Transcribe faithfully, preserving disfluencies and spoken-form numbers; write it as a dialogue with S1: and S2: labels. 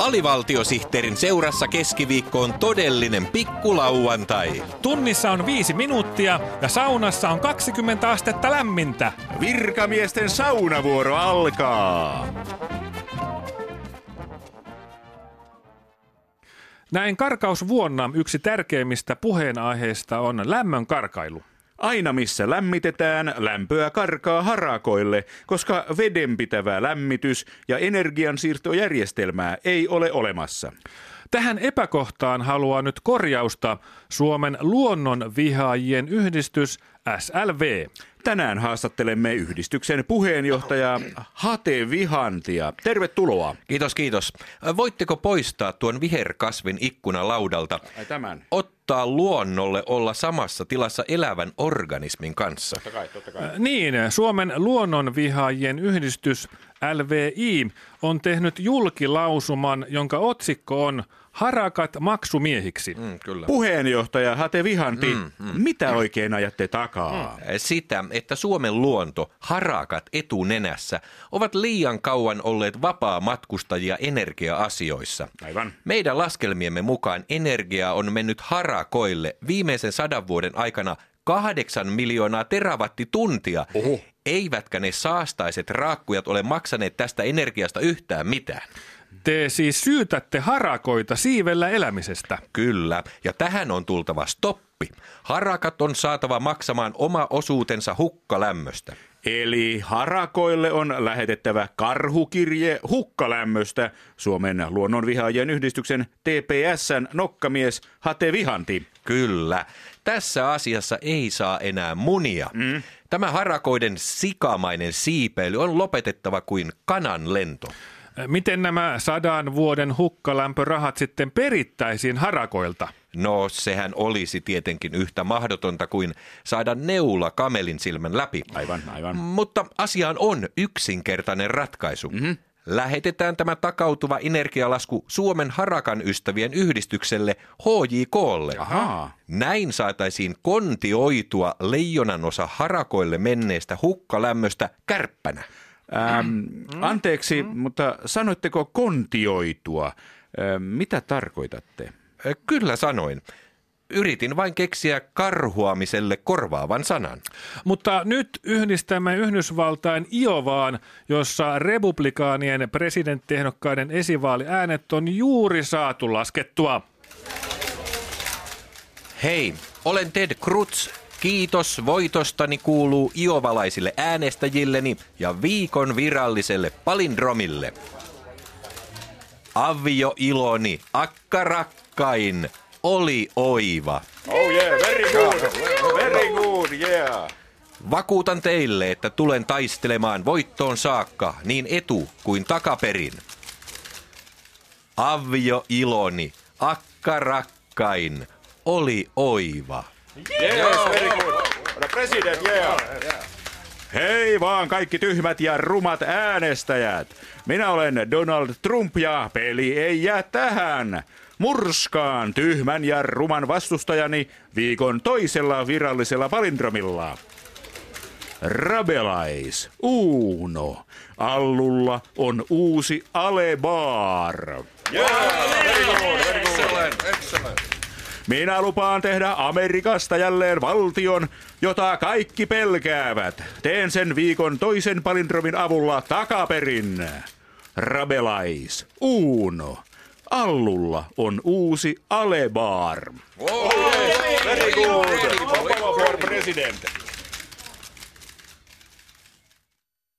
S1: Alivaltiosihteerin seurassa keskiviikko on todellinen pikkulauantai.
S2: Tunnissa on viisi minuuttia ja saunassa on kaksikymmentä astetta lämmintä.
S3: Virkamiesten saunavuoro alkaa.
S2: Näin karkausvuonna yksi tärkeimmistä puheenaiheista on lämmön karkailu.
S3: Aina missä lämmitetään, lämpöä karkaa harakoille, koska vedenpitävää lämmitys- ja energiansiirtojärjestelmää ei ole olemassa.
S2: Tähän epäkohtaan haluaa nyt korjausta Suomen luonnonvihaajien yhdistys S L V.
S3: Tänään haastattelemme yhdistyksen puheenjohtajaa Hate Vihantia. Tervetuloa.
S1: Kiitos, kiitos. Voitteko poistaa tuon viherkasvin ikkunalaudalta?
S3: Ai tämän.
S1: Ottaa luonnolle olla samassa tilassa elävän organismin kanssa.
S3: Totta kai, totta kai.
S2: Niin, Suomen luonnonvihaajien yhdistys L V I on tehnyt julkilausuman, jonka otsikko on Harakat maksumiehiksi.
S1: Mm, kyllä.
S3: Puheenjohtaja Hate Vihanti, mm, mm, mitä oikein ajatte takaa?
S1: Mm. Sitä, että Suomen luonto, harakat etunenässä, ovat liian kauan olleet vapaa-matkustajia energia-asioissa.
S3: Aivan.
S1: Meidän laskelmiemme mukaan energiaa on mennyt harakoille viimeisen sadan vuoden aikana kahdeksan miljoonaa terawattituntia.
S3: Oho.
S1: Eivätkä ne saastaiset raakkujat ole maksaneet tästä energiasta yhtään mitään.
S2: Te siis syytätte harakoita siivellä elämisestä.
S1: Kyllä, ja tähän on tultava stoppi. Harakat on saatava maksamaan oma osuutensa hukkalämmöstä.
S3: Eli harakoille on lähetettävä karhukirje hukkalämmöstä Suomen luonnonvihaajien yhdistyksen T P S:n nokkamies Hate Vihanti.
S1: Kyllä. Tässä asiassa ei saa enää munia. Mm. Tämä harakoiden sikamainen siipeily on lopetettava kuin kanan lento.
S2: Miten nämä sadan vuoden hukkalämpörahat sitten perittäisiin harakoilta?
S1: No, sehän olisi tietenkin yhtä mahdotonta kuin saada neula kamelin silmän läpi.
S3: Aivan, aivan.
S1: Mutta asiaan on yksinkertainen ratkaisu. Mm-hmm. Lähetetään tämä takautuva energialasku Suomen harakan ystävien yhdistykselle H J K:lle.
S3: Ahaa.
S1: Näin saataisiin kontioitua leijonanosa harakoille menneestä hukkalämmöstä kärppänä.
S3: Ähm, anteeksi, mutta sanoitteko kontioitua? Ähm, mitä tarkoitatte?
S1: Kyllä sanoin. Yritin vain keksiä karhuamiselle korvaavan sanan.
S2: Mutta nyt yhdistämme Yhdysvaltain Iovaan, jossa republikaanien presidenttiehdokkaiden esivaaliäänet on juuri saatu laskettua.
S1: Hei, olen Ted Cruz. Kiitos voitostani kuuluu iovalaisille äänestäjilleni ja viikon viralliselle palindromille. Avio iloni, akka rakkain, oli oiva.
S3: Oh yeah, very good, very good, yeah.
S1: Vakuutan teille, että tulen taistelemaan voittoon saakka niin etu- kuin takaperin. Avio iloni, akka rakkain, oli oiva.
S3: Yes, very good. The president, yeah. Hei vaan kaikki tyhmät ja rumat äänestäjät. Minä olen Donald Trump ja peli ei jää tähän. Murskaan tyhmän ja ruman vastustajani viikon toisella virallisella palindromilla. Rabelais, Uno. Allulla on uusi Alebar.
S1: Yeah, very good, very good. Excellent, excellent.
S3: Minä lupaan tehdä Amerikasta jälleen valtion, jota kaikki pelkäävät. Teen sen viikon toisen palindromin avulla takaperin. Rabelais, Uno. Allulla on uusi Alebar.
S1: Oh, yes,
S3: very good. For president.